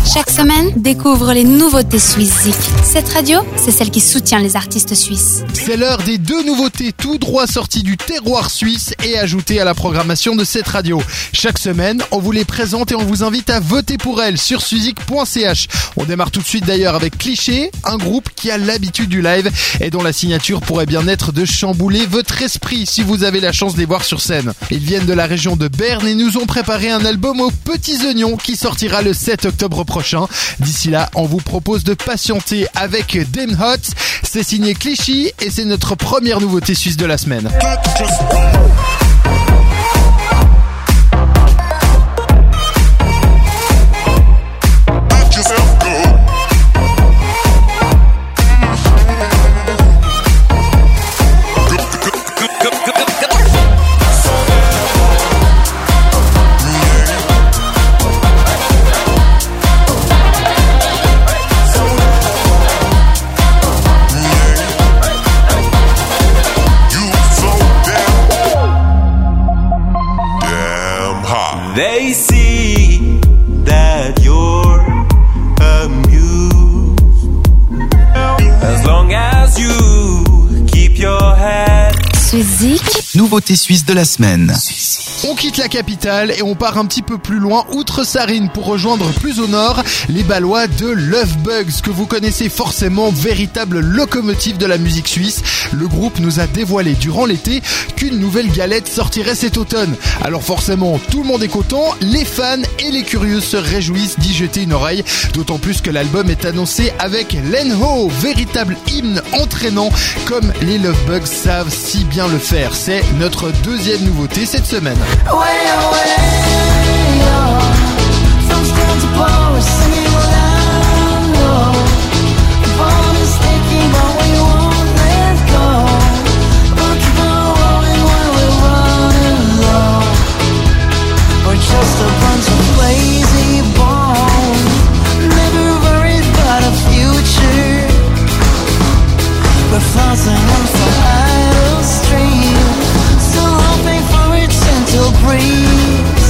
Chaque semaine, découvre les nouveautés Suisse-Zik. Cette radio, c'est celle qui soutient les artistes suisses. C'est l'heure des 2 nouveautés tout droit sorties du terroir suisse et ajoutées à la programmation de cette radio. Chaque semaine, on vous les présente et on vous invite à voter pour elles sur suizik.ch. On démarre tout de suite d'ailleurs avec Cliché, un groupe qui a l'habitude du live et dont la signature pourrait bien être de chambouler votre esprit si vous avez la chance de les voir sur scène. Ils viennent de la région de Berne et nous ont préparé un album aux petits oignons qui sortira le 7 octobre prochain. D'ici là, on vous propose de patienter avec Dem Hot. C'est signé Clichy et c'est notre première nouveauté suisse de la semaine. They see that you're amused as long as you keep your head. Suisse-Zik. Nouveauté suisse de la semaine. On quitte la capitale et on part un petit peu plus loin, outre Sarine, pour rejoindre plus au nord les Balois de Lovebugs, que vous connaissez forcément, véritable locomotive de la musique suisse. Le groupe nous a dévoilé durant l'été qu'une nouvelle galette sortirait cet automne. Alors forcément, tout le monde est content, les fans et les curieux se réjouissent d'y jeter une oreille, d'autant plus que l'album est annoncé avec Len Ho, véritable hymne entraînant, comme les Lovebugs savent si bien le faire. C'est notre deuxième nouveauté cette semaine. Just a bunch of lazy bones, never worried about a future. We're flossing on some idle stream, still hoping for a gentle breeze.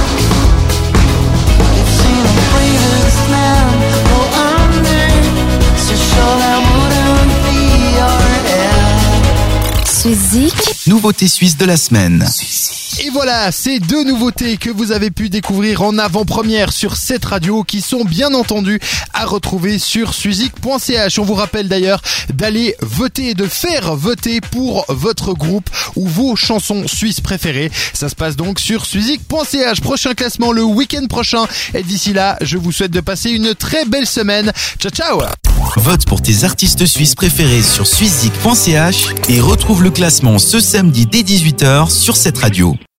You've seen a bravest man go under to show how modern we are. Suisse-Zik. Nouveauté suisse de la semaine. Et voilà, ces 2 nouveautés que vous avez pu découvrir en avant-première sur cette radio qui sont bien entendu à retrouver sur suizik.ch. On vous rappelle d'ailleurs d'aller voter et de faire voter pour votre groupe ou vos chansons suisses préférées. Ça se passe donc sur suizik.ch. Prochain classement le week-end prochain. Et d'ici là, je vous souhaite de passer une très belle semaine. Ciao, ciao! Vote pour tes artistes suisses préférés sur suizik.ch et retrouve le classement ce samedi dès 18h sur cette radio.